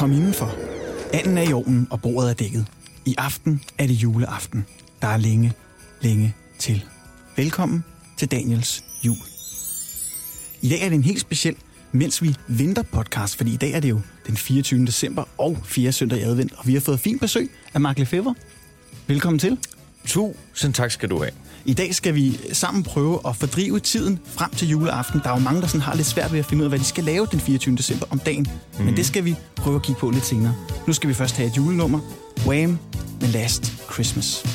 Kom indenfor. Anden er i ovnen, og bordet er dækket. I aften er det juleaften. Der er længe, længe til. Velkommen til Daniels jul. I dag er det en helt speciel Mens vi venter podcast, fordi i dag er det jo den 24. december og 4. søndag i advent, og vi har fået fint besøg af Mark Lefebvre. Velkommen til. Tusind tak skal du have. I dag skal vi sammen prøve at fordrive tiden frem til juleaften. Der er jo mange, der sådan har lidt svært ved at finde ud af, hvad de skal lave den 24. december om dagen. Men det skal vi prøve at kigge på lidt senere. Nu skal vi først have et julenummer. Wham! Med Last Christmas.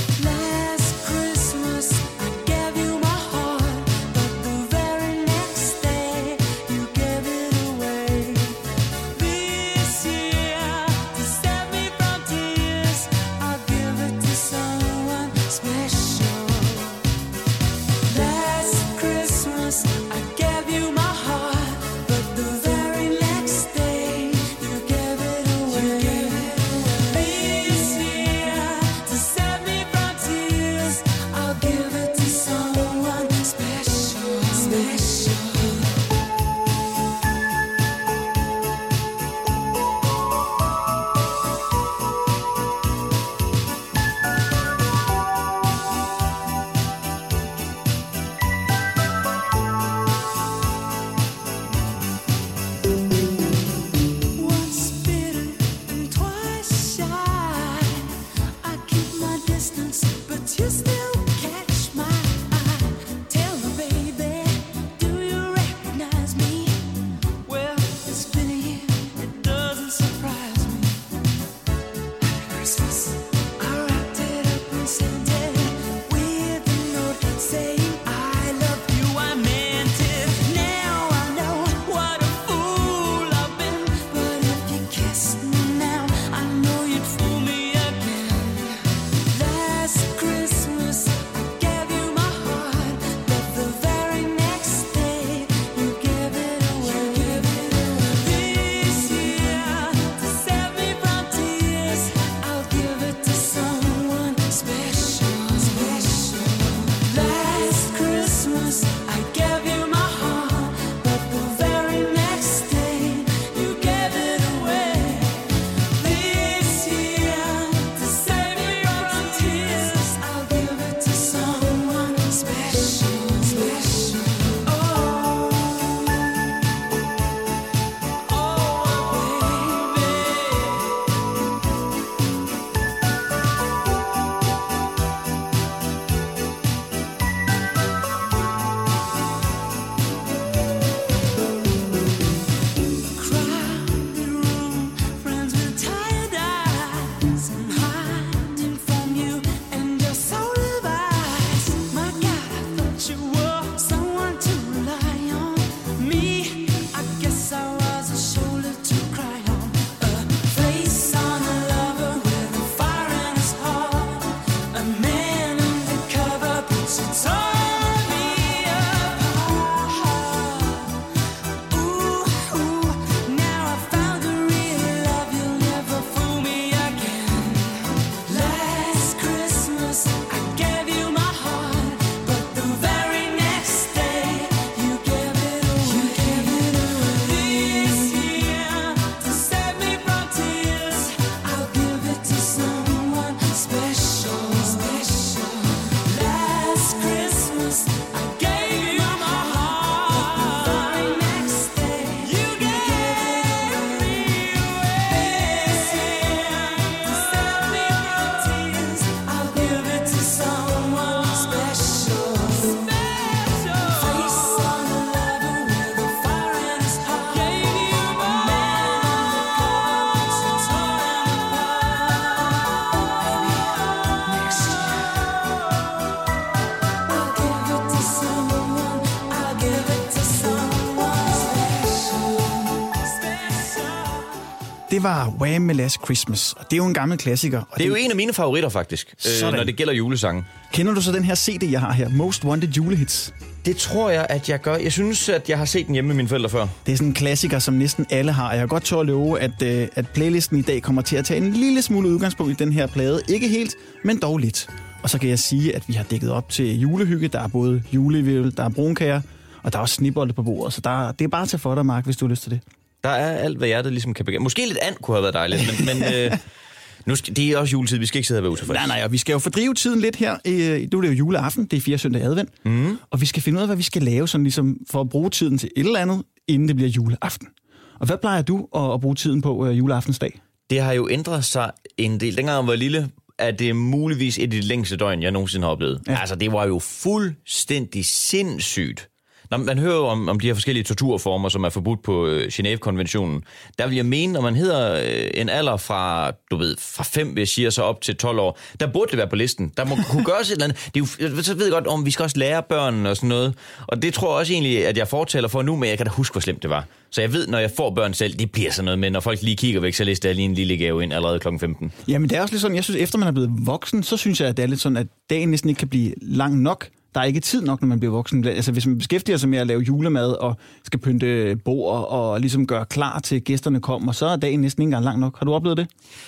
Det var Wham! Med Last Christmas, og det er jo en gammel klassiker. Og det er jo en af mine favoritter, faktisk, når det gælder julesange. Kender du så den her CD, jeg har her? Most Wanted Julehits? Det tror jeg, at jeg gør. Jeg synes, at jeg har set den hjemme med mine forældre før. Det er sådan en klassiker, som næsten alle har. Jeg har godt tør at love, at playlisten i dag kommer til at tage en lille smule udgangspunkt i den her plade. Ikke helt, men dog lidt. Og så kan jeg sige, at vi har dækket op til julehygge. Der er både julevævel, der er brunkager, og der er også snibolde på bordet. Så det er bare til for dig, Mark, hvis du har lyst til det. Der er alt, hvad hjertet ligesom kan begynde. Måske lidt and kunne have været dejligt, men det er også juletid. Vi skal ikke sidde og være utilfredse. Nej, og vi skal jo fordrive tiden lidt her. Nu er det jo juleaften, det er 4. søndag advent. Og vi skal finde ud af, hvad vi skal lave sådan ligesom for at bruge tiden til et eller andet, inden det bliver juleaften. Og hvad plejer du at bruge tiden på juleaftensdag? Det har jo ændret sig en del. Dengang jeg var lille, er det muligvis et af de længste døgn, jeg nogensinde har oplevet. Ja. Altså, det var jo fuldstændig sindssygt. Når man hører jo om de her forskellige torturformer, som er forbudt på Genève-konventionen, der vil jeg mene, når man hedder en alder fra 5, hvis jeg siger, så op til 12 år, der burde det være på listen. Der må kunne gøres et eller andet. Det er jo, så ved jeg godt, om vi skal også lære børnene og sådan noget. Og det tror jeg også egentlig, at jeg fortæller for nu, men jeg kan da huske, hvor slemt det var. Så jeg ved, når jeg får børn selv, det bliver sådan noget med, når folk lige kigger væk, så læser jeg lige en lille gave ind allerede kl. 15. Jamen, det er også lidt sådan, jeg synes, efter man er blevet voksen, så synes jeg, at det er lidt sådan, at dagen næsten ikke kan blive lang nok. Der er ikke tid nok, når man bliver voksen. Altså, hvis man beskæftiger sig med at lave julemad og skal pynte bord og ligesom gøre klar til gæsterne kommer, så er dagen næsten ikke engang lang nok. Har du oplevet det?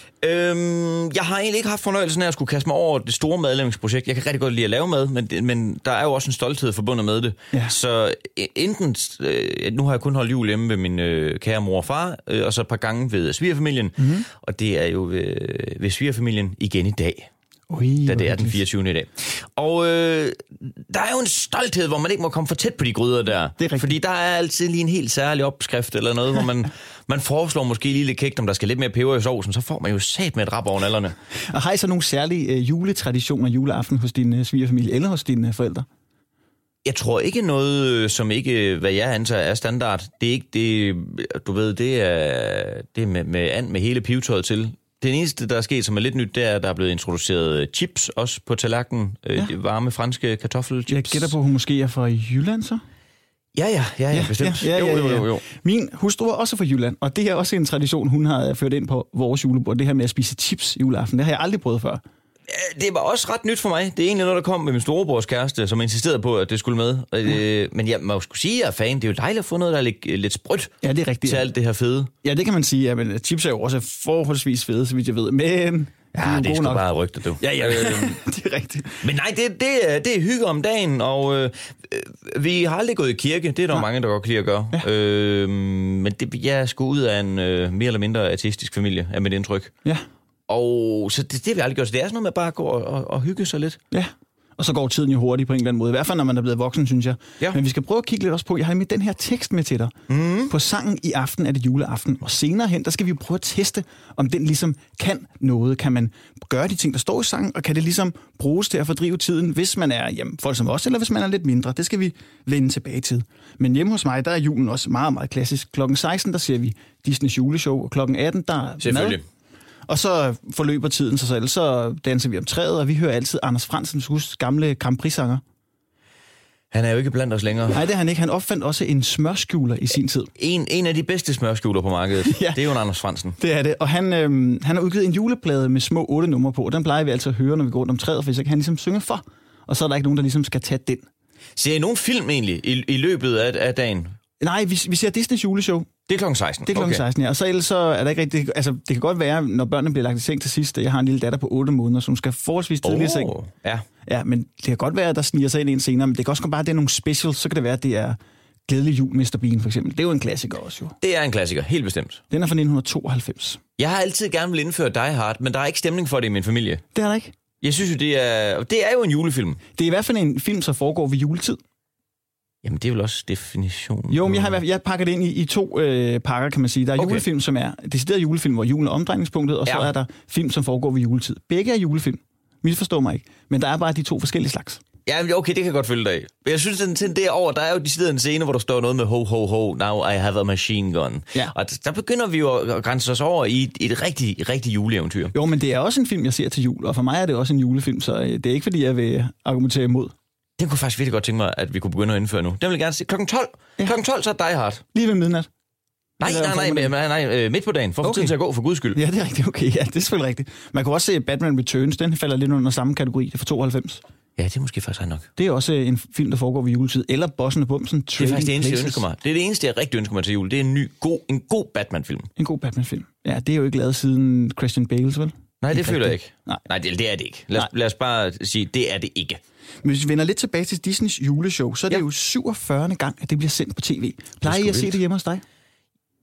Jeg har egentlig ikke haft fornøjelsen af at skulle kaste mig over det store madlavningsprojekt. Jeg kan rigtig godt lide at lave mad, men der er jo også en stolthed forbundet med det. Ja. Så enten, nu har jeg kun holdt jul hjemme ved min kære mor og far, og så et par gange ved svigerfamilien, og det er jo ved svigerfamilien igen i dag. Da det er den 24. i dag. Og der er jo en stolthed, hvor man ikke må komme for tæt på de gryder der. Fordi der er altid lige en helt særlig opskrift eller noget, hvor man foreslår måske lige lidt kægt, om der skal lidt mere peber i sovsen, så får man jo sat med et rap over nallerne. Og har I så nogle særlige juletraditioner juleaften hos din svigerfamilie eller hos dine forældre? Jeg tror ikke noget, som ikke, hvad jeg antager, er standard. Det er ikke det, du ved, det er med hele pivetøjet til. Det eneste, der er sket, som er lidt nyt, det er, at der er blevet introduceret chips, også på tallerkenen. Ja. Varme franske kartoffelchips. Jeg gætter på, at hun måske er fra Jylland, så? Ja, bestemt. Jo. Min hustru er også fra Jylland, og det er også en tradition, hun har ført ind på vores julebord. Det her med at spise chips juleaften, det har jeg aldrig prøvet før. Det var også ret nyt for mig. Det er egentlig noget, der kom med min storebrors kæreste, som insisterede på, at det skulle med. Men jeg må skulle sige, at jeg er fan. Det er jo dejligt at få noget, der er lidt sprødt det er rigtigt, til alt det her fede. Ja, det kan man sige. Ja, men chips er jo også forholdsvis fede, så vidt jeg ved. Men ja, det er sgu bare rygter, du. Ja, det er rigtigt. Men nej, det er hygge om dagen, og vi har aldrig gået i kirke. Det er der mange, der godt kan lide at gøre. Ja. Men jeg er sgu ud af en mere eller mindre ateistisk familie, er mit indtryk. Ja. Og så det har vi aldrig gjort. Så det er sådan noget med bare at gå og hygge sig lidt. Ja, og så går tiden jo hurtigt på en eller anden måde. I hvert fald, når man er blevet voksen, synes jeg. Ja. Men vi skal prøve at kigge lidt også på, jeg har med den her tekst med til dig. På sangen I aften er det juleaften. Og senere hen, der skal vi prøve at teste, om den ligesom kan noget. Kan man gøre de ting, der står i sangen, og kan det ligesom bruges til at fordrive tiden, hvis man er folk som os, eller hvis man er lidt mindre. Det skal vi vende tilbage til. Men hjemme hos mig, der er julen også meget, meget klassisk. Klokken 16, der ser vi Disneys juleshow, og klokken 18, der er selvfølgelig. Og så forløber tiden sig selv, så danser vi om træet, og vi hører altid Anders Frandsens gamle Grand Prix-sanger. Han er jo ikke blandt os længere. Nej, det er han ikke. Han opfandt også en smørskjuler i sin tid. En af de bedste smørskjuler på markedet. Ja. Det er jo en Anders Frandsen. Det er det. Og han har udgivet en juleplade med små 8 numre på, og den plejer vi altså at høre, når vi går rundt om træet, for så kan han ligesom synge for. Og så er der ikke nogen, der ligesom skal tage den. Ser I nogen film egentlig i løbet af dagen? Nej, vi ser Disneys juleshow. Det er klokken 16. Det er klokken 16, ja. Og så ellers så er der ikke rigtig... Altså, det kan godt være, når børnene bliver lagt i seng til sidst. Jeg har en lille datter på 8 måneder, som skal forholdsvis tidligt i seng. Ja. Ja, men det kan godt være, at der sniger sig ind en senere. Men det kan også bare, at det er nogle specials. Så kan det være, at det er Glædelig Jul, Mr. Bean, for eksempel. Det er jo en klassiker også, jo. Det er en klassiker, helt bestemt. Den er fra 1992. Jeg har altid gerne vil indføre Die Hard, men der er ikke stemning for det i min familie. Det er der ikke. Jeg synes jo, det er jo en julefilm. Det er i hvert fald en film, som foregår ved juletid. Jamen, det er vel også definitionen. Jo, men jeg pakker det ind i 2 pakker, kan man sige. Der er julefilm, som er decideret julefilm, hvor julen er omdrejningspunktet, og så er der film, som foregår ved juletid. Begge er julefilm. Misforstår mig ikke. Men der er bare de 2 forskellige slags. Ja, okay, det kan jeg godt følge dig af. Jeg synes, den derover, der er jo decideret en scene, hvor der står noget med ho, ho, ho, now I have a machine gun. Ja. Og der begynder vi jo at grænse os over i et rigtig juleeventyr. Jo, men det er også en film, jeg ser til jul, og for mig er det også en julefilm, så det er ikke, fordi jeg vil argumentere imod. Den kunne faktisk virkelig godt tænke mig, at vi kunne begynde at indføre nu. Den vil jeg gerne se. Klokken 12. Ja. Klokken 12, så er Die Hard. Lige ved midnat. Nej, midt på dagen. For tiden til at gå, for guds skyld. Ja, det er rigtigt. Okay, ja, det er selvfølgelig rigtigt. Man kan også se Batman Returns. Den falder lidt under samme kategori. Det er fra 92. Ja, det er måske faktisk nok. Det er også en film, der foregår ved juletid. Eller Bossen og Bumsen. Det er faktisk det eneste, jeg ønsker mig. Det er det eneste, jeg rigtig ønsker mig til jul. Det er en god Batman-film. En god Batman-film. Ja, det er jo ikke lavet siden Christian Bales, vel? Nej, det føler jeg ikke. Nej, det er det ikke. Lad os bare sige, det er det ikke. Men hvis vi vender lidt tilbage til Disneys juleshow, så er det jo 47. gang, at det bliver sendt på tv. Plejer I at se det hjemme hos dig?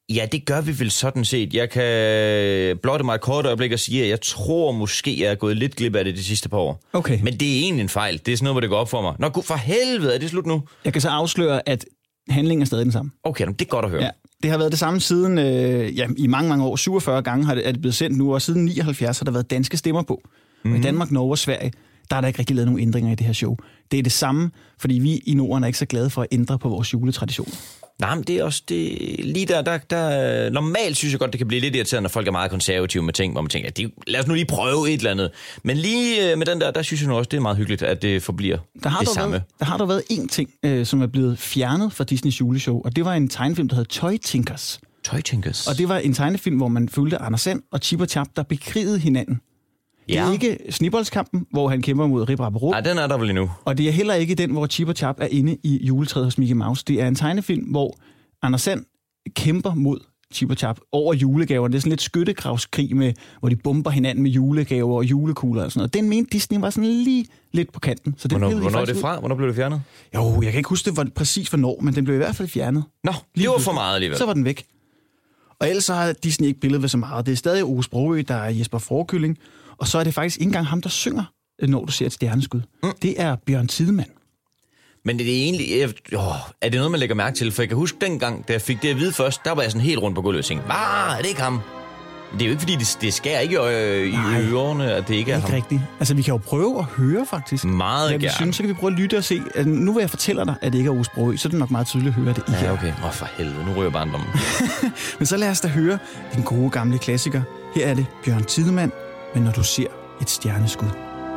Ja, det gør vi vel sådan set. Jeg kan blotte mig et kort øjeblik og sige, at jeg tror måske, jeg er gået lidt glip af det de sidste par år. Okay. Men det er egentlig en fejl. Det er sådan noget, hvor det går op for mig. Nå, for helvede, er det slut nu? Jeg kan så afsløre, at handlingen er stadig den samme. Okay, det er godt at høre. Ja, det har været det samme siden i mange år. 47 gange er det blevet sendt nu, og siden 79 har der været danske stemmer på. Og i Danmark, Norge og Sverige, der er der ikke rigtig lavet nogen ændringer i det her show. Det er det samme, fordi vi i Norden er ikke så glade for at ændre på vores juletradition. Nej, men det er også det. Lige der normalt synes jeg godt, det kan blive lidt irriterende, når folk er meget konservative med ting, hvor man tænker, at lad os nu lige prøve et eller andet. Men lige med den der synes jeg nu også, det er meget hyggeligt, at det forbliver det samme. Der har der været én ting, som er blevet fjernet fra Disneys juleshow, og det var en tegnefilm, der hed Toy Tinkers. Toy Tinkers? Og det var en tegnefilm, hvor man følte Anders Sand og Chip og Chap, der bekrigede hinanden. Det er ikke Snibboldskampen, hvor han kæmper mod Rip Rap og Rup. Nej, den er der vel endnu. Og det er heller ikke den, hvor Chip og Chap er inde i juletræet hos Mickey Mouse. Det er en tegnefilm, hvor Anders Sand kæmper mod Chip og Chap over julegaver. Det er sådan lidt skyttegravskrig, hvor de bomber hinanden med julegaver og julekugler og sådan noget. Den mente Disney var sådan lige lidt på kanten. Så hvornår er det fra? Hvornår blev det fjernet? Jo, jeg kan ikke huske det præcis hvornår, men den blev i hvert fald fjernet. Nå, det var for meget alligevel. Så var den væk. Og ellers så har Disney ikke billedet ved så meget. Det er stadig Ove Sprogøe, der er Jesper Forkylling. Og så er det faktisk ikke engang ham, der synger, når du ser et stjerneskud. Det er Bjørn Tidemand. Men det er egentlig... er det noget, man lægger mærke til? For jeg kan huske dengang, da jeg fik det at vide først, der var jeg sådan helt rundt på gulvet og tænkte, er det ikke ham? Det er jo ikke, fordi det skærer ikke i ørerne, at det ikke er ham. Ikke rigtigt. Altså, vi kan jo prøve at høre, faktisk. Meget gerne. Hvis vi synes, så kan vi prøve at lytte og se. Altså, nu vil jeg fortælle dig, at det ikke er Ove Sprogøe, så er det nok meget tydeligt at høre, at det ikke er. Ja, okay. For helvede, nu ryger barndommen. Men så lad os da høre den gode gamle klassiker. Her er det Bjørn Tidemand, men når du ser et stjerneskud.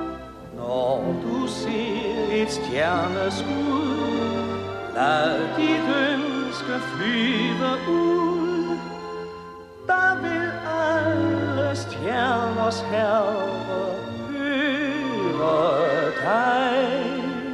Når du ser et stjerneskud, lad dit ønske flyve ud. Der vil alle stjerners herre høre dig.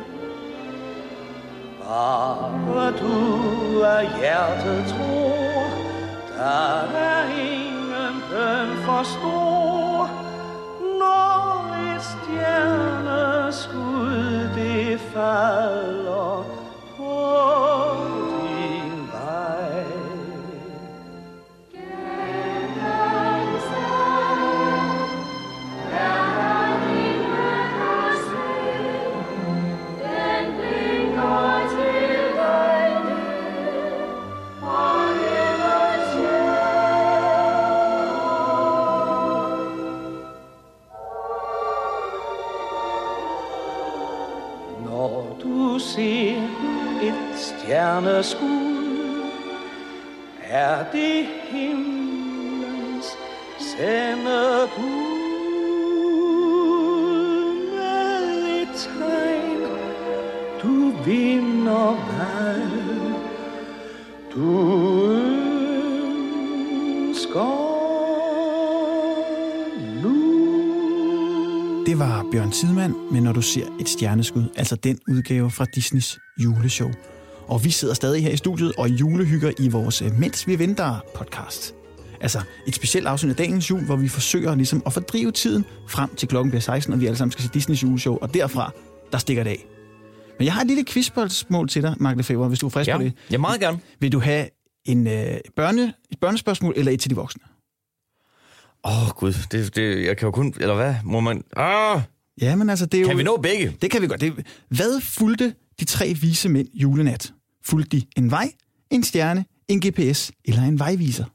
Bare du af hjertet tror, der er ingen bøn for stor. Når et stjerneskud det falder på din vej. Når du ser et stjerneskud, er det himlens sendebud. Med et tegn, du vinder vej, du ønsker. Det var Bjørn Tidemand, men når du ser et stjerneskud, altså den udgave fra Disneys juleshow. Og vi sidder stadig her i studiet og julehygger i vores Mens vi venter podcast. Altså et specielt afsnit af dagens jul, hvor vi forsøger ligesom at fordrive tiden frem til klokken bliver 16, og vi alle sammen skal se Disneys juleshow, og derfra, der stikker det af. Men jeg har et lille quizspørgsmål til dig, Mark Lefebvre, hvis du er frisk på det. Ja, meget gerne. Vil du have et børnespørgsmål eller et til de voksne? Gud, jeg kan jo kun... Eller hvad? Må man... Ja, men altså, det er jo... Kan vi nå begge? Det kan vi godt. Hvad fulgte de 3 vise mænd julenat? Fulgte de en vej, en stjerne, en GPS eller en vejviser?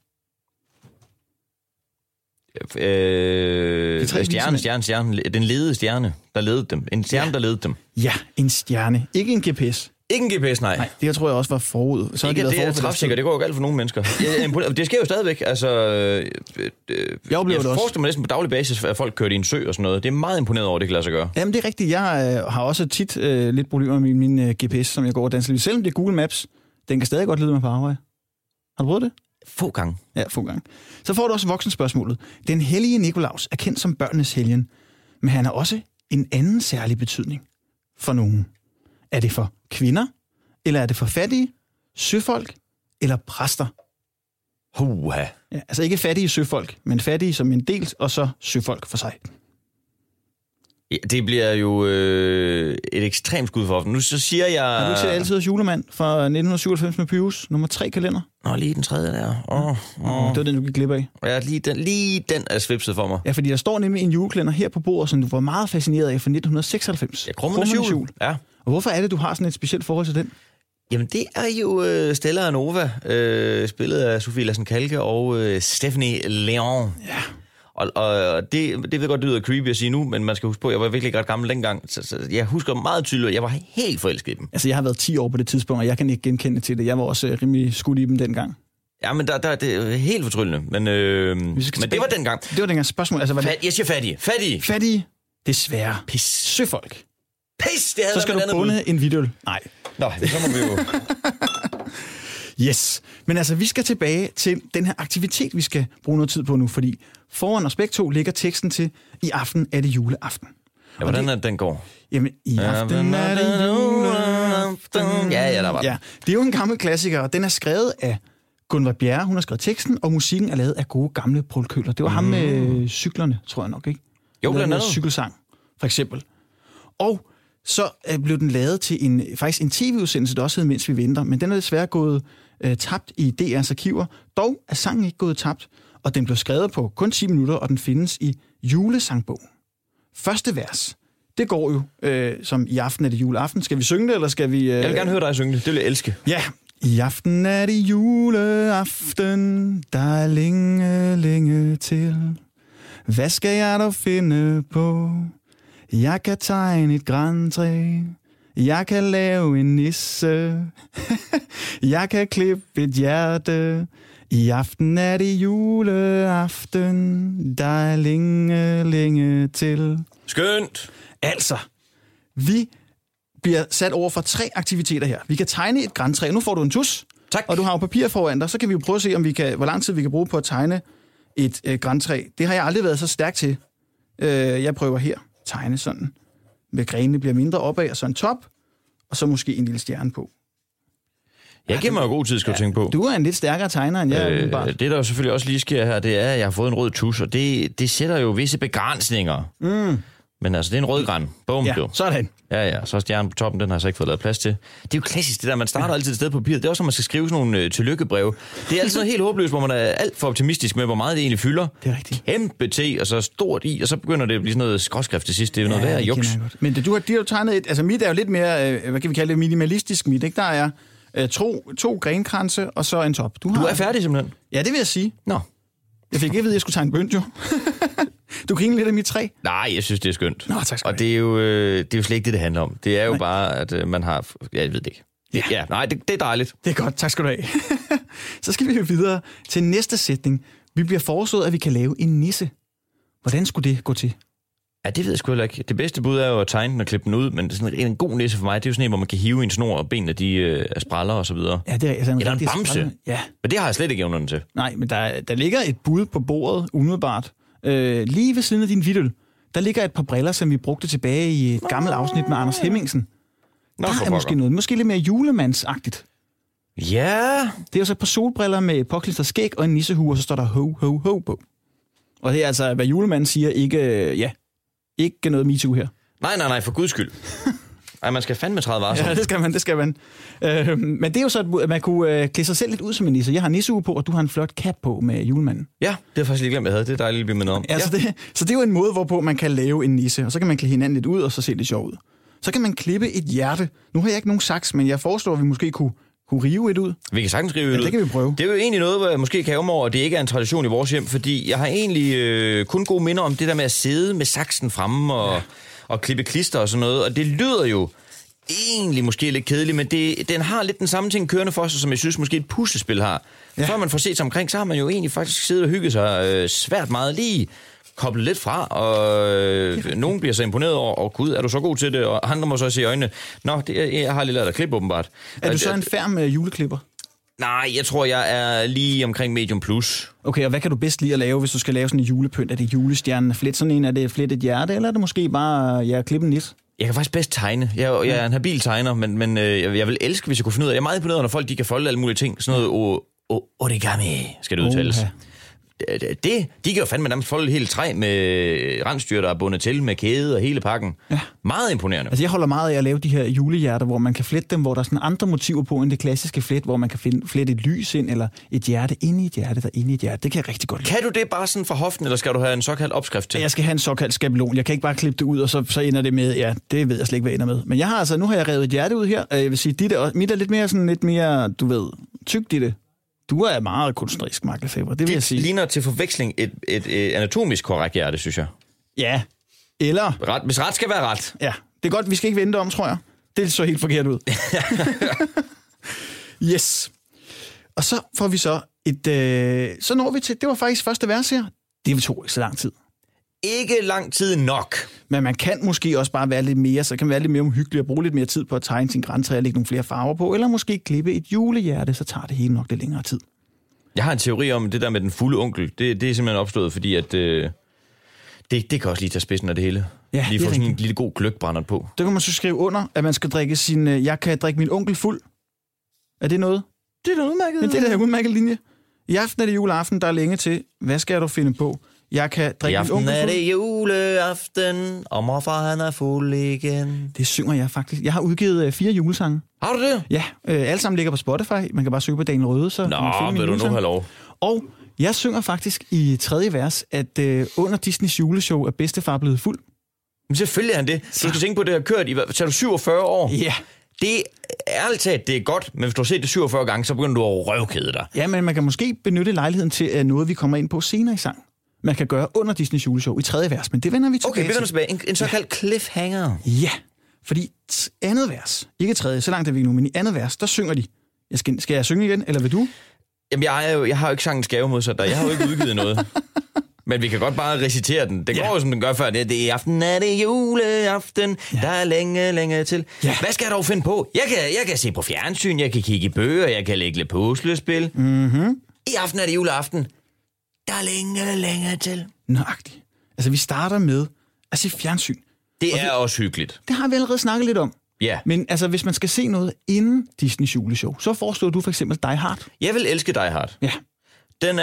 Stjerne. Den ledede stjerne, der ledede dem. En stjerne, der ledede dem. Ja, en stjerne. Ikke en GPS. Ikke en GPS, nej. Nej, det jeg tror jeg også var forud. Så ikke, det er træfsikker, det går jo galt for nogle mennesker. Det sker jo stadigvæk. Altså, jeg forestiller mig næsten på daglig basis, at folk kører i en sø og sådan noget. Det er meget imponeret over, det kan lade sig gøre. Jamen, det er rigtigt. Jeg har også tit lidt problemer med min GPS, som jeg går og danser lige. Selvom det er Google Maps, den kan stadig godt lede mig på arbejde. Har du prøvet det? Få gange. Ja, få gange. Så får du også voksenspørgsmålet. Den hellige Nikolaus er kendt som børnenes helgen, men han har også en anden særlig betydning for nogen. Er det for kvinder, eller er det for fattige, søfolk eller præster? Huha. Ja, altså ikke fattige søfolk, men fattige som en del, og så søfolk for sig. Ja, det bliver jo et ekstremt skud for often. Nu så siger jeg... Har du ikke set Altid Julemand fra 1997 med Pyrus, nummer 3 kalender? lige den tredje der. Det var den, du gik glip af. Ja, lige den er svipset for mig. Ja, fordi der står nemlig en julekalender her på bordet, som du var meget fascineret af fra 1996. Ja, Krummernes jul. Ja. Og hvorfor er det, du har sådan et specielt forhold til den? Jamen, det er jo Stella og Nova, spillet af Sofie Lassen-Kalke og Stephanie Leon. Ja. Og det ved godt, det lyder creepy at sige nu, men man skal huske på, at jeg var virkelig ret gammel dengang. Så jeg husker meget tydeligt, at jeg var helt forelsket i dem. Altså, jeg har været 10 år på det tidspunkt, og jeg kan ikke genkende til det. Jeg var også rimelig skudt i dem dengang. Ja, men det er helt fortryllende. Men det var dengang. Det var dengang spørgsmål. Altså, Jeg siger fattige. Fattige? Desværre. Pis. Søfolk. Pis, det havde så skal du bunde en video. Nej. Nå, så må vi jo... Yes. Men altså, vi skal tilbage til den her aktivitet, vi skal bruge noget tid på nu, fordi foran os begge to ligger teksten til I aften er det juleaften. Ja, hvordan er den går? Jamen, i aften er det juleaften. Ja, der var ja, det er jo en gammel klassiker, og den er skrevet af Gunvar Bjerre. Hun har skrevet teksten, og musikken er lavet af gode gamle Poul Køller. Det var ham med cyklerne, tror jeg nok, ikke? Jo, blandt andet. Cykelsang, for eksempel. Og så blev den lavet til faktisk en tv-udsendelse, der også hed Mens vi venter, men den er desværre gået tabt i DR's arkiver. Dog er sangen ikke gået tabt, og den blev skrevet på kun 10 minutter, og den findes i julesangbogen. Første vers, det går jo som I aften er det juleaften. Skal vi synge det, eller skal vi... Jeg vil gerne høre dig synge det. Det vil jeg elske. Ja, i aften er det juleaften, der er længe til. Hvad skal jeg dog finde på? Jeg kan tegne et grantræ, jeg kan lave en nisse, jeg kan klippe et hjerte. I aften er det juleaften, der er længe til. Skønt! Altså, vi bliver sat over for 3 aktiviteter her. Vi kan tegne et grantræ. Nu får du en tus. Tak. Og du har jo papir foran dig. Så kan vi jo prøve at se, hvor lang tid vi kan bruge på at tegne et grantræ. Det har jeg aldrig været så stærk til. Jeg prøver her. Tegne sådan. Med grenene bliver mindre opad, og så en top. Og så måske en lille stjerne på. Jeg giver mig jo god tid, skal du tænke på. Du er en lidt stærkere tegner, end jeg er. Det, der jo selvfølgelig også lige sker her, det er, at jeg har fået en rød tus, og det sætter jo visse begrænsninger. Men altså, det er en rød gran. Bum, ja, sådan. Ja, så er stjernen på toppen, den har jeg så ikke fået lavet plads til. Det er jo klassisk, det der, man starter altid et sted på papiret. Det er også, når man skal skrive sådan nogle tillykkebrev. Det er altid helt håbløst, hvor man er alt for optimistisk med, hvor meget det egentlig fylder. Det er rigtigt. Kæmpe T, og så stort I, og så begynder det at blive sådan noget skråskrift til sidst. Det er jo noget værd juks. Men de har jo tegnet altså mit er jo lidt mere, hvad kan vi kalde det, minimalistisk mit, ikke? Der er to grenkranse, og så en top. Du er færdig simpelthen? Ja, det vil jeg sige. Nå. Jeg fik ikke at vide, at jeg skulle tegne bønt, jo. Du griner lidt af mit træ. Nej, jeg synes, det er skønt. Nå, tak skal og det er jo slet ikke det handler om. Det er jo bare, at man har... Ja, jeg ved det ikke. Ja, nej, det er dejligt. Det er godt, tak skal du have. Så skal vi jo videre til næste sætning. Vi bliver foreslået, at vi kan lave en nisse. Hvordan skulle det gå til? Ja, det ved jeg sgu heller ikke. Det bedste bud er jo at tegne den og klippe den ud, men sådan en god nisse for mig, det er jo sådan en, hvor man kan hive en snor, og benene de er spræller og så videre. Ja, det er altså eller en bamse. Ja. Men det har jeg slet ikke evnerne til. Nej, men der ligger et bud på bordet, umiddelbart. Lige ved siden af din vidøl, der ligger et par briller, som vi brugte tilbage i et gammelt afsnit med Anders Hemmingsen. Der er måske noget, måske lidt mere julemandsagtigt. Ja. Det er jo så et par solbriller med et påklistret skæg og en nissehue, og så står der ho, ho, ho på. Og det er altså, hvad julemanden siger, ikke noget MeToo her. Nej, for guds skyld. Ej, man skal fandme træde varsom. Ja, det skal man. Men det er jo så, at man kunne klæde sig selv lidt ud som en nisse. Jeg har nissehue på, og du har en flot cap på med julemanden. Ja, det er faktisk lige glemt, jeg havde. Det er dejligt at blive med om. Ja, så det er jo en måde, hvorpå man kan lave en nisse, og så kan man klæde hinanden lidt ud, og så se lidt sjov ud. Så kan man klippe et hjerte. Nu har jeg ikke nogen saks, men jeg foreslår, at vi måske kunne rive et ud. Vi kan sagtens rive et ud. Det kan vi prøve. Det er jo egentlig noget, hvor jeg måske kan ærge over, at det ikke er en tradition i vores hjem, fordi jeg har egentlig kun gode minder om det der med at sidde med saksen fremme og klippe klister og sådan noget, og det lyder jo egentlig måske lidt kedeligt, men den har lidt den samme ting kørende for sig, som jeg synes måske et puslespil har. Ja. Før man får set sig omkring, så har man jo egentlig faktisk siddet og hygget sig svært meget lige koblet lidt fra, og nogen bliver så imponeret over, gud, er du så god til det? Og andre må så se i øjnene, jeg har lige lavet dig klippe åbenbart. Er du så en færm juleklipper? Nej, jeg tror, jeg er lige omkring medium plus. Okay, og hvad kan du bedst lide at lave, hvis du skal lave sådan en julepynt? Er det julestjernen flet sådan en? Er det flet et hjerte, eller er det måske bare klippe en nisse? Jeg kan faktisk bedst tegne. Jeg er en habil tegner, men jeg vil elske, hvis jeg kunne finde ud af. Jeg er meget imponeret, når folk de kan folde alle mulige ting. Sådan noget origami, skal det udtales. de kan jo fandme nærmest folde et helt træ med rensdyr, der er bundet til med kæde og hele pakken. Ja. Meget imponerende. Altså jeg holder meget af at lave de her julehjerter, hvor man kan flette dem, hvor der er sådan andre motiver på end det klassiske flet, hvor man kan flette et lys ind, eller et hjerte inde i et hjerte, der inde i et hjerte. Det kan jeg rigtig godt lide. Kan du det bare sådan fra hoften, eller skal du have en såkaldt opskrift til? Jeg skal have en såkaldt skabelon. Jeg kan ikke bare klippe det ud, og så ender det med, ja, det ved jeg slet ikke, hvad ender med. Men nu har jeg revet et hjerte ud her. Jeg vil sige, mit er lidt mere, du ved, tykt i det. Du er meget kunstnerisk, Mark Lefebvre, det vil jeg sige. Det ligner til forveksling et anatomisk korrekt hjerte, synes jeg. Ja, eller... Hvis ret skal være ret. Ja, det er godt, vi skal ikke vente om, tror jeg. Det så helt forkert ud. Yes. Og så får vi så så når vi til... Det var faktisk første vers her. Det tog ikke så lang tid. Ikke lang tid nok. Men man kan måske også bare være lidt mere, så kan man være lidt mere omhyggelig og bruge lidt mere tid på at tegne sin grantræ og lægge nogle flere farver på, eller måske klippe et julehjerte, så tager det hele nok lidt længere tid. Jeg har en teori om det der med den fulde onkel. Det er simpelthen opstået, fordi at det kan også lige tage spidsen af det hele. Ja, lige få sådan en lille god gløggbrænder på. Det kan man så skrive under, at man skal drikke jeg kan drikke min onkel fuld. Er det noget? Det er da udmærket. Men det er da udmærket linje. I aften er det juleaften, der er længe til. Hvad skal du finde på? Jeg kan drikke min onkel fuld. I aften er det juleaften, og morfar han er fuld igen. Det synger jeg faktisk. Jeg har udgivet 4 julesange. Har du det? Ja, alle sammen ligger på Spotify. Man kan bare søge på Daniel Røde, så vil du nu have lov. Og jeg synger faktisk i 3. vers, at under Disneys juleshow er bedstefar blevet fuld. Men selvfølgelig er han det. Du skal tænke på, det har kørt i, så er du 47 år. Ja. Det er ærligt talt, det er godt, men hvis du har set det 47 gange, så begynder du at røvkede dig. Ja, men man kan måske benytte lejligheden til noget, vi kommer ind på senere i sang. Man kan gøre under Disneys juleshow i 3. vers, men det vender vi tilbage til. Okay, vi vender tilbage. En såkaldt cliffhanger. Ja, fordi andet vers, ikke 3., så langt er vi nu, men i andet vers, der synger de. Skal jeg synge igen, eller vil du? Jamen, jeg har jo ikke sangens gave modsat dig. Jeg har jo ikke udgivet noget. Men vi kan godt bare recitere den. Det går jo, som den gør før. Det er i aften, er det juleaften. Ja. Der er længe til. Ja. Hvad skal jeg dog finde på? Jeg kan se på fjernsyn, jeg kan kigge i bøger, jeg kan lægge lidt puslespil. Mm-hmm. I aften er det juleaften. Der er længe til. Nøjagtigt. Altså, vi starter med at se fjernsyn. Det er også hyggeligt. Det har vi allerede snakket lidt om. Ja. Men altså, hvis man skal se noget inden Disneys juleshow, så foreslår du for eksempel Die Hard. Jeg vil elske Die Hard. Ja. Det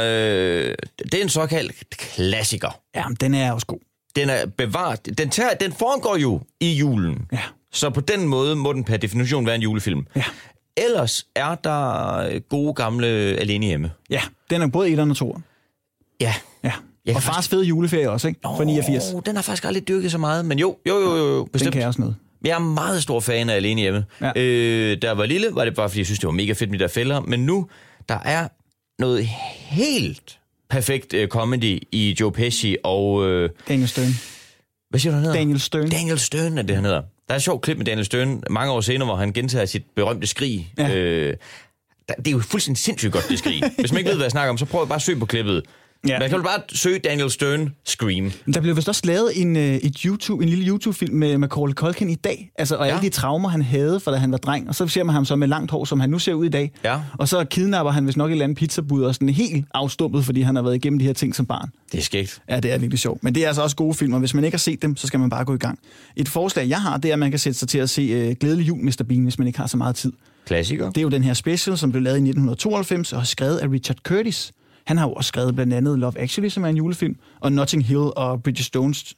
er en såkaldt klassiker. Ja, men den er også god. Den er bevaret. Den foregår jo i julen. Ja. Så på den måde må den per definition være en julefilm. Ja. Ellers er der gode gamle Alene Hjemme. Ja, den er både 1'eren og 2'eren. Ja. Og Fars fede juleferie også, ikke? For 89. Den har faktisk aldrig dyrket så meget, men jo, bestemt. Den kan jeg også noget. Jeg er meget stor fan af Alene Hjemme. Ja. Da jeg var lille, var det bare fordi, jeg synes, det var mega fedt med de der fælder. Men nu, der er noget helt perfekt comedy i Joe Pesci og... Daniel Stern. Hvad siger du, han hedder? Daniel Stern. Daniel Stern er det, han hedder. Der er et sjovt klip med Daniel Stern mange år senere, hvor han gentager sit berømte skrig. Ja. Det er jo fuldstændig sindssygt godt, det skrig. Hvis man ikke ved, hvad jeg snakker om, så prøv bare at søge på klippet. Ja. Man kan jo bare søge Daniel Stern Scream. Der blev vist også lavet en lille YouTube-film med Macaulay Culkin i dag. Altså, og alle de traumer, han havde, fra da han var dreng. Og så ser man ham så med langt hår, som han nu ser ud i dag. Ja. Og så kidnapper han vist nok et eller andet pizzabud, og sådan helt afstumpet, fordi han har været igennem de her ting som barn. Det er skægt. Ja, det er virkelig sjovt. Men det er altså også gode film, og hvis man ikke har set dem, så skal man bare gå i gang. Et forslag, jeg har, det er, at man kan sætte sig til at se Glædelig Jul, Mr. Bean, hvis man ikke har så meget tid. Klassiker. Det er jo den her special, som blev lavet i 1992, og skrevet af Richard Curtis. Han har jo også skrevet blandt andet Love Actually, som er en julefilm, og Notting Hill og Bridget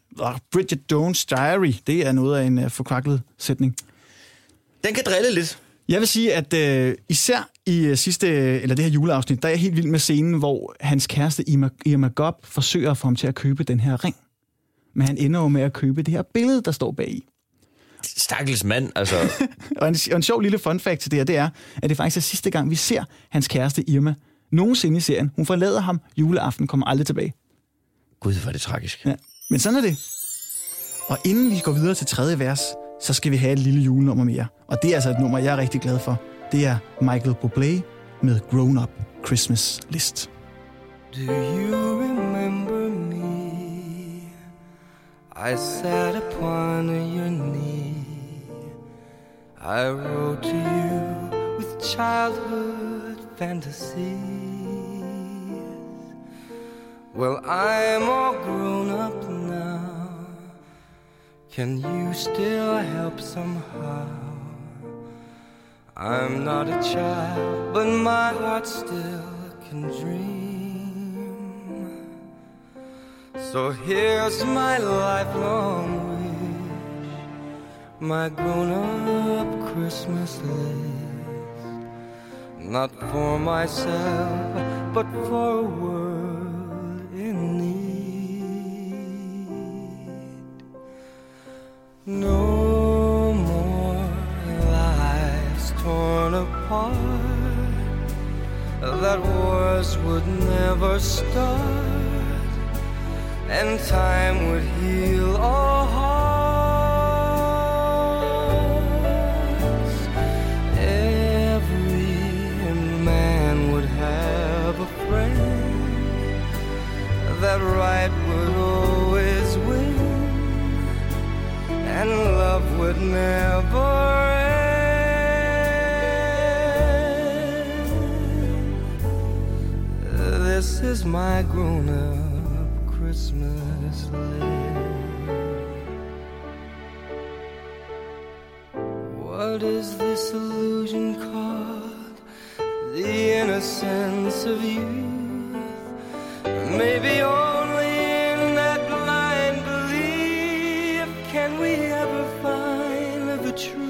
Jones' Diary. Det er noget af en forkvaklet sætning. Den kan drille lidt. Jeg vil sige, at især i det her juleafsnit, der er jeg helt vild med scenen, hvor hans kæreste Irma Gobb forsøger at få ham til at købe den her ring. Men han ender jo med at købe det her billede, der står bagi. Stakkels mand, altså. og en sjov lille fun fact til det er, at det faktisk er sidste gang, vi ser hans kæreste Irma nogensinde i serien. Hun forlader ham juleaften, kommer aldrig tilbage. Gud, hvor er det tragisk. Ja, men sådan er det. Og inden vi går videre til 3. vers, så skal vi have et lille julenummer mere. Og det er altså et nummer, jeg er rigtig glad for. Det er Michael Bublé med Grown Up Christmas List. Do you remember me? I sat upon your knee. I wrote to you with childhood fantasies. Well, I'm all grown up now. Can you still help somehow? I'm not a child, but my heart still can dream. So here's my lifelong wish, my grown-up Christmas list, not for myself, but for a world in need. No more lives torn apart, that wars would never start, and time would heal our hearts. Every man would have a friend, that right would always win, and love would never end. This is my grown-up Christmas list. What is this illusion called? The innocence of youth. Maybe only in that blind belief can we ever find the truth.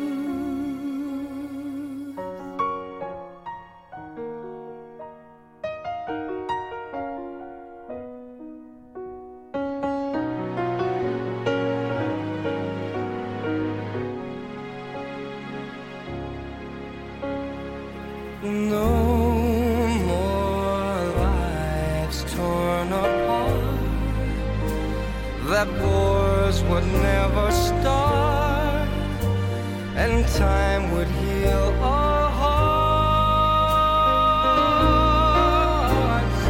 No more lives torn apart, that wars would never start, and time would heal our hearts.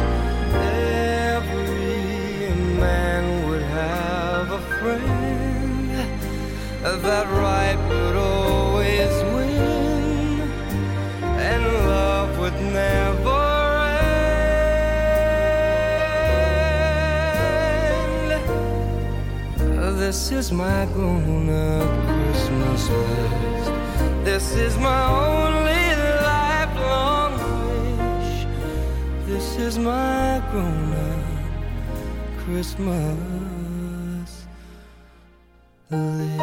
Every man would have a friend, that right would always win, and love would never end. This is my grown-up Christmas list. This is my only lifelong wish. This is my grown-up Christmas list.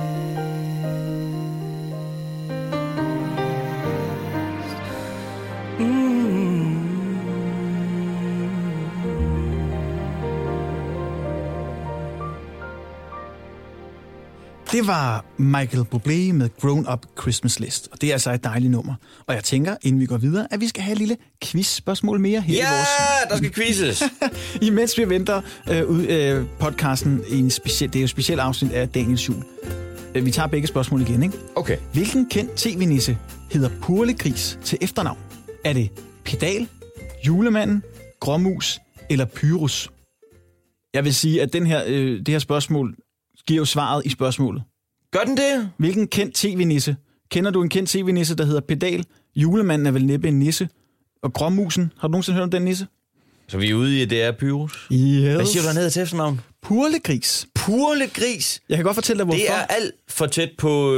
Det var Michael Bublé med Grown Up Christmas List, og det er altså et dejligt nummer. Og jeg tænker, inden vi går videre, at vi skal have et lille quiz-spørgsmål mere her i vores... der skal quizzes! Imens vi venter podcasten i en speciel... Det er jo et specielt afsnit af Daniels Jul. Vi tager begge spørgsmål igen, ikke? Okay. Hvilken kendt tv-nisse hedder Purlegris til efternavn? Er det Pedal, Julemanden, Gråmus eller Pyrus? Jeg vil sige, at det her spørgsmål giver jo svaret i spørgsmålet. Gør den det? Hvilken kendt tv-nisse? Kender du en kendt tv-nisse, der hedder Pedal? Julemanden er vel næppe en nisse. Og Gråmusen, har du nogensinde hørt om den nisse? Så vi er ude i, at det er Pyrus? Yes. Hvad siger du dernede til efternavn? Purlegris. Purlegris? Jeg kan godt fortælle dig, hvorfor. Det er alt for tæt på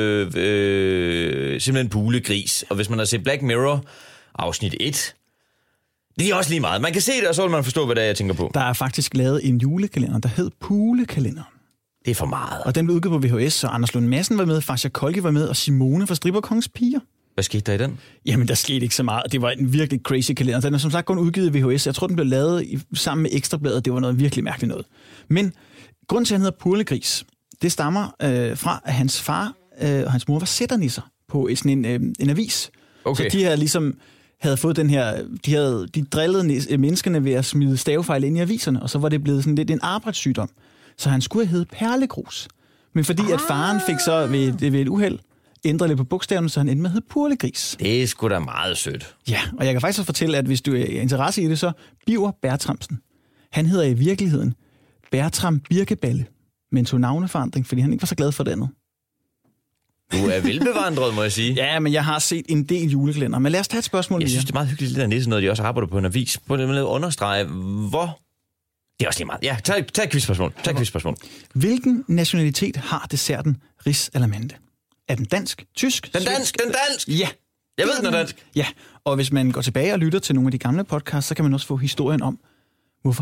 simpelthen pulegris. Og hvis man har set Black Mirror, afsnit 1, det er også lige meget. Man kan se det, og så vil man forstå, hvad det er, jeg tænker på. Der er faktisk lavet en julekalender, der hed Pulekalenderen. Det er for meget. Og den blev udgivet på VHS, og Anders Lund Madsen var med, Fasha Kolke var med, og Simone fra Stripperkongens Piger. Hvad skete der i den? Jamen, der skete ikke så meget. Det var en virkelig crazy kalender. Den er som sagt kun udgivet i VHS. Jeg tror, den blev lavet sammen med Ekstrabladet. Det var noget virkelig mærkeligt noget. Men grunden til, at han hedder Purlegris, det stammer fra, at hans far og hans mor var sætternisser på sådan en avis. Okay. Så de havde fået den her... De drillede menneskene ved at smide stavefejl ind i aviserne, og så var det blevet sådan lidt en arbejdssygdom. Så han skulle have heddet Perlegrus. Men fordi at faren fik så ved et uheld ændret lidt på bogstaverne, så han endte med at hedde Purlegris. Det er sgu da meget sødt. Ja, og jeg kan faktisk også fortælle, at hvis du er interesse i det, så Biver Bertramsen. Han hedder i virkeligheden Bertram Birkeballe, men tog navneforandring, fordi han ikke var så glad for det andet. Du er velbevandret, må jeg sige. Ja, men jeg har set en del julekalender. Men lad os tage et spørgsmål. Jeg synes, det er meget hyggeligt, det der nisse noget, de også arbejder på en avis. På det med at understrege, hvor... Det er også lige meget. Ja, tag et quizspørgsmål. Hvilken nationalitet har desserten ris alamande? Er den dansk, tysk? Den dansk! Ja. Jeg ved, den er dansk. Ja, og hvis man går tilbage og lytter til nogle af de gamle podcasts, så kan man også få historien om, hvorfor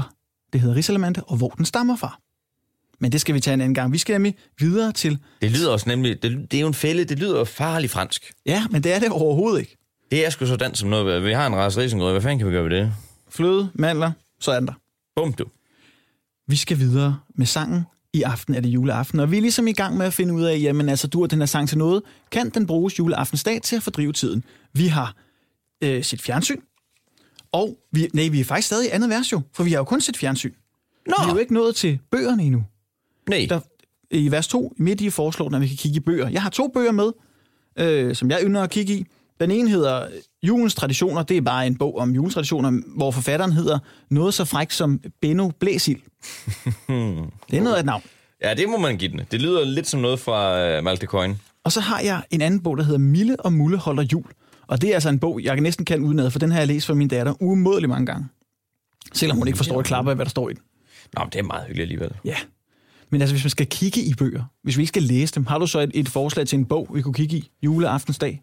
det hedder risalamande, og hvor den stammer fra. Men det skal vi tage en anden gang. Vi skal nemlig videre til... Det lyder også nemlig... Det er jo en fælde. Det lyder farligt fransk. Ja, men det er det overhovedet ikke. Det er sgu så dansk som noget. Vi har en race risengrød. Hvad fanden kan vi gøre ved det? Fløde, mandler, så er den der. Bum, du. Vi skal videre med sangen. I aften er det juleaften, og vi er ligesom i gang med at finde ud af, jamen altså, duer den her sang til noget? Kan den bruges juleaftensdag til at fordrive tiden? Vi har set fjernsyn, og vi er faktisk stadig i andet vers jo, for vi har jo kun set fjernsyn. Nå! Vi er jo ikke nået til bøgerne endnu. Nej. I vers 2, midt i foreslår, når vi kan kigge i bøger. Jeg har 2 bøger med, som jeg ynder at kigge i. Den ene hedder Julens Traditioner. Det er bare en bog om juletraditioner, hvor forfatteren hedder noget så frækt som Benno Blæsild. Det er noget af et navn. Ja, det må man give den. Det lyder lidt som noget fra Malte Coyne. Og så har jeg en anden bog, der hedder Mille og Mulle holder jul. Og det er altså en bog, jeg næsten kan udenad, for den har jeg læst for min datter umådeligt mange gange. Selvom hun ikke forstår et klapper af, hvad der står i den. Nå, men det er meget hyggeligt alligevel. Ja. Men altså, hvis man skal kigge i bøger, hvis vi ikke skal læse dem, har du så et forslag til en bog, vi kunne kigge i juleaftensdag?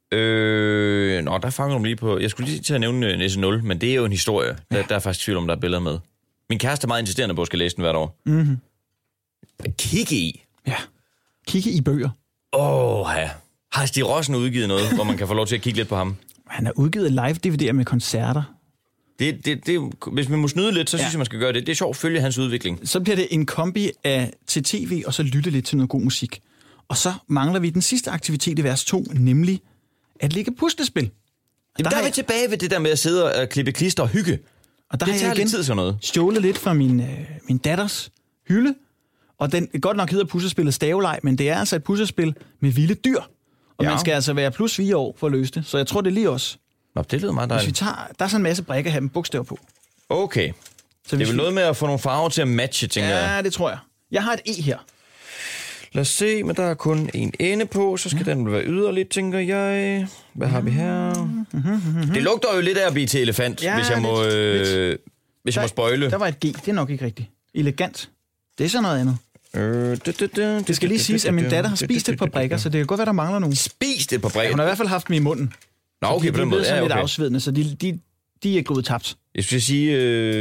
Der fanger du lige på... Jeg skulle lige til at nævne Nisse 0, men det er jo en historie. Ja. Der er faktisk tvivl om, der er billeder med. Min kæreste er meget insisterende på, at jeg skal læse den hvert år. Mm-hmm. Kigge i? Ja. Kigge i bøger. Ja. Har Stig Rossen udgivet noget, hvor man kan få lov til at kigge lidt på ham? Han har udgivet live-DVD'er med koncerter. Hvis man må snyde lidt, så synes jeg, man skal gøre det. Det er sjovt at følge hans udvikling. Så bliver det en kombi til tv, og så lytte lidt til noget god musik. Og så mangler vi den sidste aktivitet i vers 2, nemlig at lægge puslespil. Jamen, der er vi tilbage ved det der med at sidde og klippe klister og hygge. Og der det har tager jeg lidt tid sådan noget. Stjålet lidt fra min datters hylde. Og den godt nok hedder puslespillet Staveleg, men det er altså et puslespil med vilde dyr. Og man skal altså være plus 4 år for at løse det. Så jeg tror, det er lige os. Nå, det lyder meget dejligt. Der er sådan en masse brækker her med bogstaver på. Okay. Så det er vel noget med at få nogle farver til at matche, tænker jeg. Ja, det tror jeg. Jeg har et E her. Lad os se, men der er kun en ende på, så skal den være yderligt, tænker jeg. Hvad har vi her? Det lugter jo lidt af at blive til elefant, hvis jeg må, hvis jeg må spoile. Der var et G, det er nok ikke rigtigt. Elegant. Det er så noget andet. Det skal lige siges, at min datter har spist et par brikker, så det kan godt være, der mangler nogen. Spist et par brikker? Ja, hun har i hvert fald haft dem i munden. Nå, okay, på den måde. De er blevet lidt afsvedende, så de er gået tabt. Jeg skulle sige,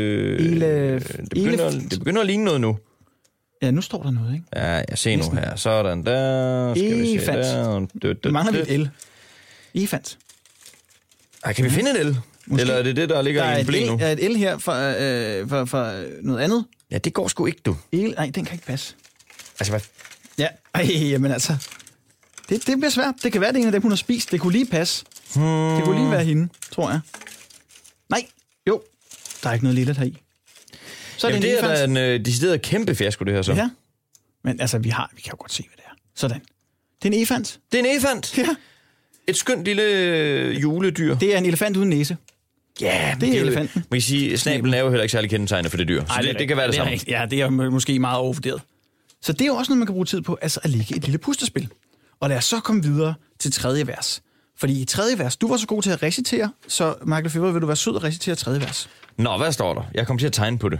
det begynder at ligne noget nu. Ja, nu står der noget, ikke? Ja, jeg ser nu her. Sådan der. Skal vi se der. Det mangler vi et L. Elefant. Kan vi finde et L? Måske. Eller er det det, der ligger i en blæ nu? Der er et L her for noget andet. Ja, det går sgu ikke, du. Nej, den kan ikke passe. Altså, hvad? Ja, jamen altså. Det bliver svært. Det kan være, det er en af dem, hun har spist. Det kunne lige passe. Det kunne lige være hende, tror jeg. Nej, jo. Der er ikke noget lille her i. Så jamen, det er da en decideret kæmpe fiasko, det her så. Ja, men altså, vi kan jo godt se, hvad det er. Sådan. Det er en elefant. Det er en elefant? Ja. Et skønt lille juledyr. Det er en elefant uden næse. Ja, det er elefanten. Man kan sige, snablen er jo heller ikke særlig kendetegnet for det dyr. Så det kan være det samme. Ja, det er måske meget overvurderet. Så det er jo også noget, man kan bruge tid på, altså at lægge et lille puslespil. Og lad os så komme videre til 3. vers. Fordi i 3. vers, du var så god til at recitere, så Michael Lefebvre, vil du være sød at recitere 3. vers? Nå, hvad står der? Jeg kommer til at tegne på det.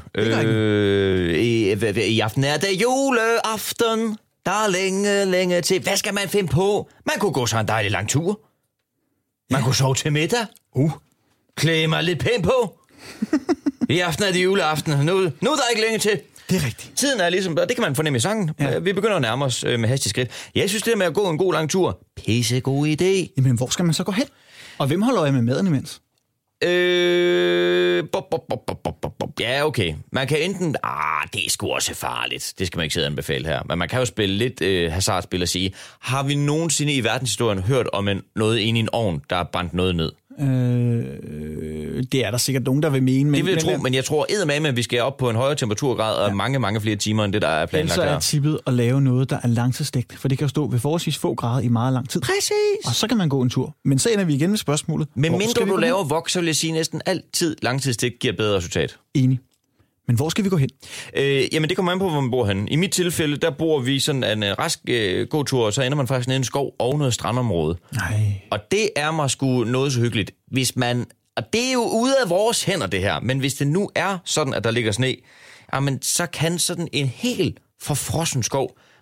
I aften er det juleaften. Der er længe til. Hvad skal man finde på? Man kunne gå så en dejlig lang tur. Man kunne sove til middag. Klæde mig lidt pænt på. I aften er det juleaften. Nu er der ikke længe til. Det er rigtigt. Tiden er ligesom, og det kan man fornemme i sangen. Ja. Vi begynder at nærme os med hastig skridt. Jeg synes, det med at gå en god lang tur, pisse god idé. Jamen, hvor skal man så gå hen? Og hvem holder øje med maden imens? Ja, okay. Man kan enten... det er sgu også farligt. Det skal man ikke sidde og anbefale her. Men man kan jo spille lidt hasardspil og sige, har vi nogensinde i verdenshistorien hørt om noget inde i en ovn, der har brændt noget ned? Det er der sikkert nogen, der vil mene. Det vil jeg tro, men jeg tror eddermame, at vi skal op på en højere temperaturgrad og mange flere timer, end det, der er planlagt her. Så er tippet at lave noget, der er langtidsstegt, for det kan jo stå ved forholdsvis få grader i meget lang tid. Præcis! Og så kan man gå en tur. Men så ender vi igen med spørgsmålet. Men mindre du laver wok, så vil jeg sige, næsten altid langtidsstegt giver bedre resultat. Enig. Men hvor skal vi gå hen? Jamen, det kommer an på, hvor man bor hen. I mit tilfælde, der bor vi sådan en rask gåtur, og så ender man faktisk nede i en skov og noget strandområde. Nej. Og det er mig sgu noget så hyggeligt. Hvis man... Og det er jo ude af vores hænder, det her. Men hvis det nu er sådan, at der ligger sne, jamen, så kan sådan en helt forfrossen skov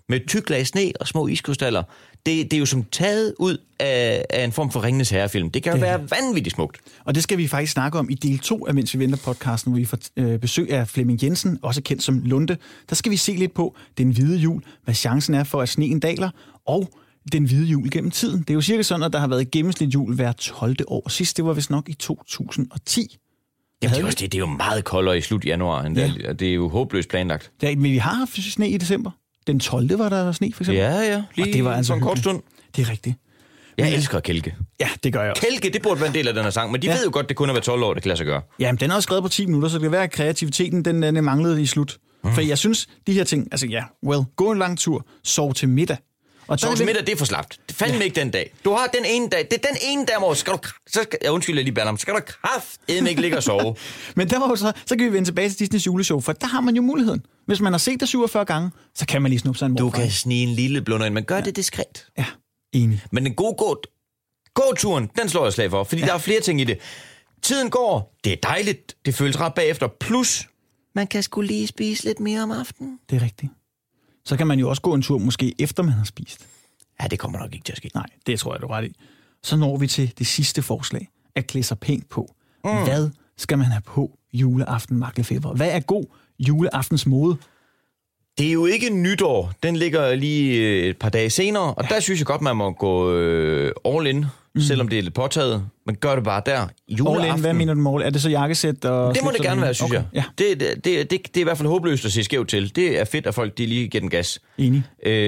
med tyk lag sne og små iskrystaller. Det er jo som taget ud af en form for Ringenes Herre-film. Det kan jo være vanvittigt smukt. Og det skal vi faktisk snakke om i del 2 af Mens vi venter podcasten, hvor vi får besøg af Flemming Jensen, også kendt som Lunde. Der skal vi se lidt på den hvide jul, hvad chancen er for, at sneen daler, og den hvide jul gennem tiden. Det er jo cirka sådan, at der har været gennemsnit jul hver 12. år. Sidst, det var vist nok i 2010. Jamen, det er jo meget koldere i slut januar, end det er jo håbløst planlagt. Ja, men vi har haft sne i december. Den 12. var der sne, for eksempel. Ja, lige og det var altså en kort stund. Det er rigtigt. Jeg elsker Kælke. Ja, det gør jeg også. Kælke, det burde være en del af den her sang, men de ved jo godt, det kun er hver 12 år, det kan lade sig gøre. Jamen, den er også skrevet på 10 minutter, så det kan være, at kreativiteten den manglede i slut. For jeg synes, de her ting, altså gå en lang tur, sov til middag. Og sov til middag, det er for slapt. Det fandme ikke den dag. Du har den ene dag, det er den ene dag om året, skal du kraftedeme ikke ligge og sove. Men der var jo så kan vi vende tilbage til Disneys juleshow, for der har man jo muligheden. Hvis man har set det 47 gange, så kan man lige snuppe sig en morfar. Du kan snige en lille blunder ind, men gør det diskret. Ja, enig. Men den gode gåturen, den slår jeg slag for, fordi der er flere ting i det. Tiden går, det er dejligt, det føles ret bagefter, plus man kan sgu lige spise lidt mere om aftenen. Det er rigtigt. Så kan man jo også gå en tur, måske efter man har spist. Ja, det kommer nok ikke til at ske. Nej, det tror jeg, du er ret i. Så når vi til det sidste forslag, at klæde sig pænt på. Hvad skal man have på juleaften, Mark Lefebvre? Hvad er god juleaftens mode? Det er jo ikke nytår. Den ligger lige et par dage senere, og der synes jeg godt, man må gå all in, selvom det er lidt påtaget. Men gør det bare der. Juleaften. All in, hvad mener du med all? Er det så jakkesæt? Og det må det gerne være, synes jeg. Ja. Det er i hvert fald håbløst at se skævt til. Det er fedt, at folk de lige giver den gas. Enig.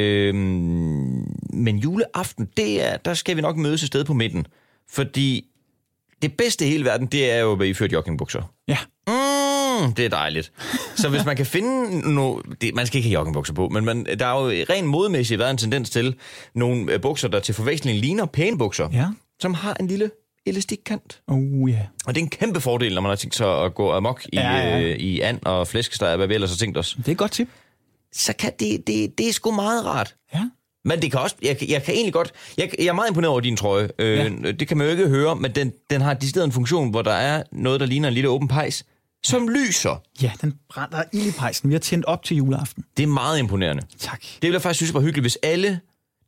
Men juleaften, der skal vi nok mødes et sted på midten. Fordi det bedste i hele verden, det er jo at være iført joggingbukser. Ja. Det er dejligt. Så hvis man kan finde man skal ikke have joggingbukser på, men der er jo rent modemæssigt været en tendens til nogle bukser, der til forveksling ligner pæne bukser, som har en lille elastikkant. Og det er en kæmpe fordel, når man har tænkt sig at gå amok i and og flæskesteg, hvad vi ellers har tænkt os. Det er et godt tip. Så kan det er sgu meget rart. Ja. Men det kan også, jeg kan egentlig godt, jeg er meget imponeret over din trøje. Det kan man jo ikke høre, men den har decideret en funktion, hvor der er noget, der ligner en lille åben pejs, som lyser. Ja, den brænder ild i pejsen. Vi har tændt op til juleaften. Det er meget imponerende. Tak. Det ville jeg faktisk synes var hyggeligt, hvis alle...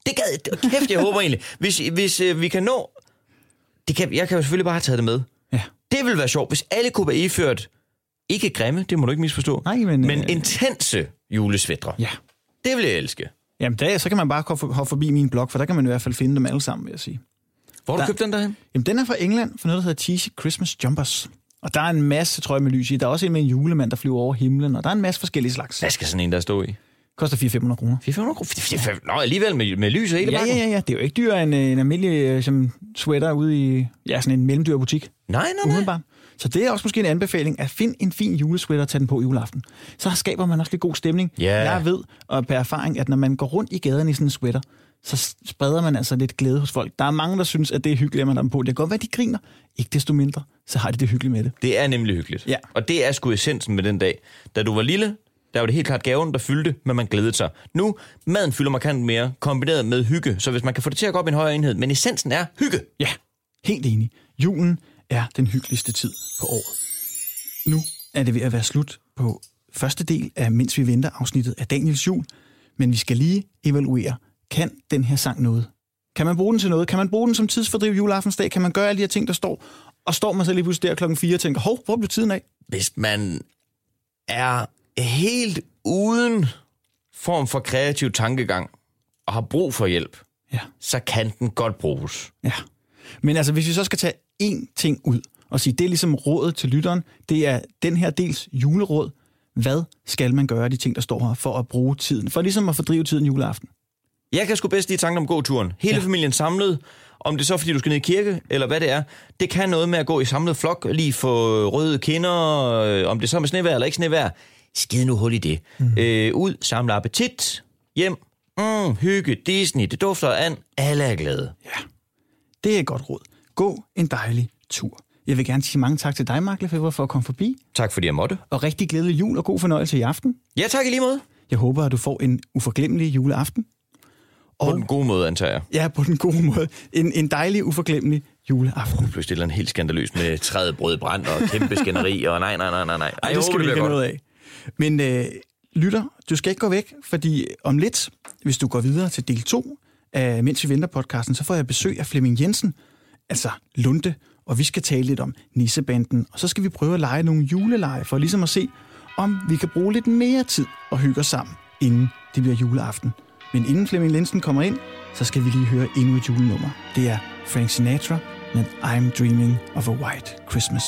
Kæft, jeg håber egentlig. Hvis vi kan nå... Jeg kan jo selvfølgelig bare have taget det med. Ja. Det ville være sjovt, hvis alle kunne være iført... Ikke grimme, det må du ikke misforstå. Nej, men intense julesvætre. Ja. Det vil jeg elske. Jamen, så kan man bare hoppe forbi min blog, for der kan man i hvert fald finde dem alle sammen, vil jeg sige. Hvor har du købt den derhen? Jamen, den er fra England, for noget, der hedder Cheesy Christmas Jumpers. Og der er en masse, tror jeg, med lys i. Der er også en med en julemand, der flyver over himlen, og der er en masse forskellige slags. Hvad skal sådan en der stå i? Koster 400-500 kroner. 400 kroner? Nå, alligevel med lys og hele bakken. Ja. Det er jo ikke dyrere end en almindelig sweater ude i sådan en mellemdyr butik. Nej. Så det er også måske en anbefaling, at finde en fin julesweater og tage den på juleaften. Så skaber man også lidt god stemning. Yeah. Jeg ved, og per erfaring, at når man går rundt i gaden i sådan en sweater, så spreder man altså lidt glæde hos folk. Der er mange, der synes, at det er hyggeligt, at man har dem på. Det kan godt være, de griner. Ikke desto mindre, så har de det hyggeligt med det. Det er nemlig hyggeligt. Ja. Og det er sgu essensen med den dag. Da du var lille, der var det helt klart gaven, der fyldte, men man glædede sig. Nu, maden fylder markant mere, kombineret med hygge. Så hvis man kan få det til at gå op i en højere enhed, men essensen er hygge. Ja, helt enig. Julen er den hyggeligste tid på året. Nu er det ved at være slut på første del af Mens vi venter afsnittet af Daniels jul, men vi skal lige evaluere. Kan den her sang noget? Kan man bruge den til noget? Kan man bruge den som tidsfordriv juleaftensdag? Kan man gøre alle de her ting, der står? Og står man så lige pludselig der klokken 4 og tænker, hov, hvor blev tiden af? Hvis man er helt uden form for kreativ tankegang og har brug for hjælp, så kan den godt bruges. Ja, men altså hvis vi så skal tage én ting ud og sige, det er ligesom rådet til lytteren, det er den her dels juleråd. Hvad skal man gøre af de ting, der står her, for at bruge tiden? For ligesom at fordrive tiden juleaften. Jeg kan sgu bedst lide tanken om gåturen. Hele familien samlet, om det så fordi du skal ned i kirke, eller hvad det er. Det kan noget med at gå i samlet flok, lige få røde kinder, om det så er med snevejr eller ikke snevejr. Skid nu hul i det. Ud, samle appetit, hjem, hygge, Disney, det dufter af and. Alle er glade. Ja, det er et godt råd. Gå en dejlig tur. Jeg vil gerne sige mange tak til dig, Mark Lefebvre, for at komme forbi. Tak fordi jeg måtte. Og rigtig glædelig jul og god fornøjelse i aften. Ja, tak i lige måde. Jeg håber, at du får en uforglemmelig juleaften. På den gode måde, antager jeg. Ja, på den gode måde. En dejlig, uforglemmelig juleaften. Pludselig er den helt skandaløs med træet brød brand og kæmpe skænderi og nej. Ej, det skal vi ikke have noget af. Men lytter, du skal ikke gå væk, fordi om lidt, hvis du går videre til del 2 af Mens vi venter podcasten, så får jeg besøg af Flemming Jensen, altså Lunde, og vi skal tale lidt om Nissebanden, og så skal vi prøve at lege nogle juleleje, for ligesom at se, om vi kan bruge lidt mere tid og hygge os sammen, inden det bliver juleaften. Men inden Flemming Jensen kommer ind, så skal vi lige høre endnu et julenummer. Det er Frank Sinatra med I'm Dreaming of a White Christmas.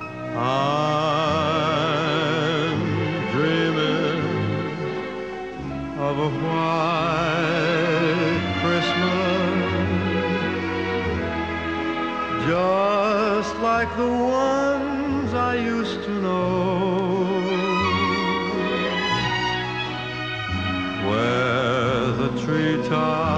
I'm dreaming of a white Christmas, just like the ones I used to know, where the treetops